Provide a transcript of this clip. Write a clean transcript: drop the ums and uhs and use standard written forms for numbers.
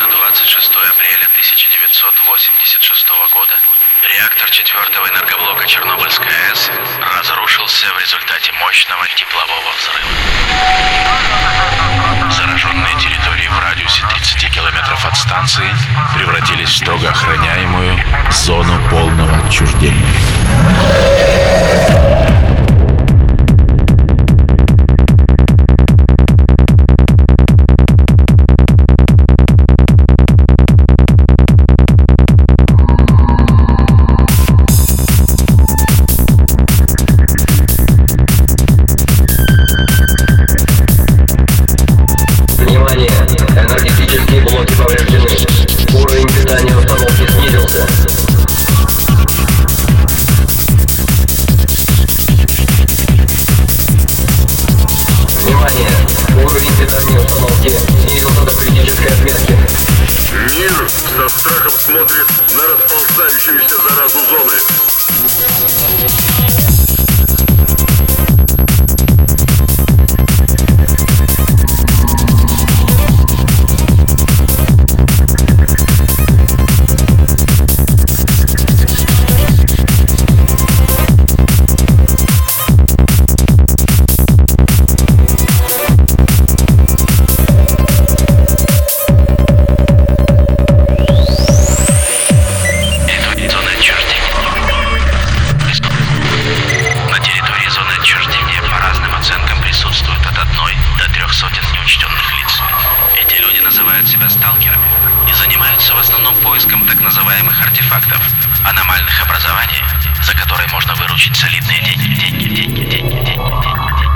на 26 апреля 1986 года реактор 4-го энергоблока Чернобыльской АЭС разрушился в результате мощного теплового взрыва. Зараженные территории в радиусе 30 километров от станции превратились в строго охраняемую зону полного отчуждения. Энергетические блоки повреждены. Уровень питания установки снизился. Внимание! Уровень питания установки снизился до критической отметки. Мир со страхом смотрит на расползающуюся заразу зоны. Называют себя сталкерами и занимаются в основном поиском так называемых артефактов, аномальных образований, за которые можно выручить солидные деньги.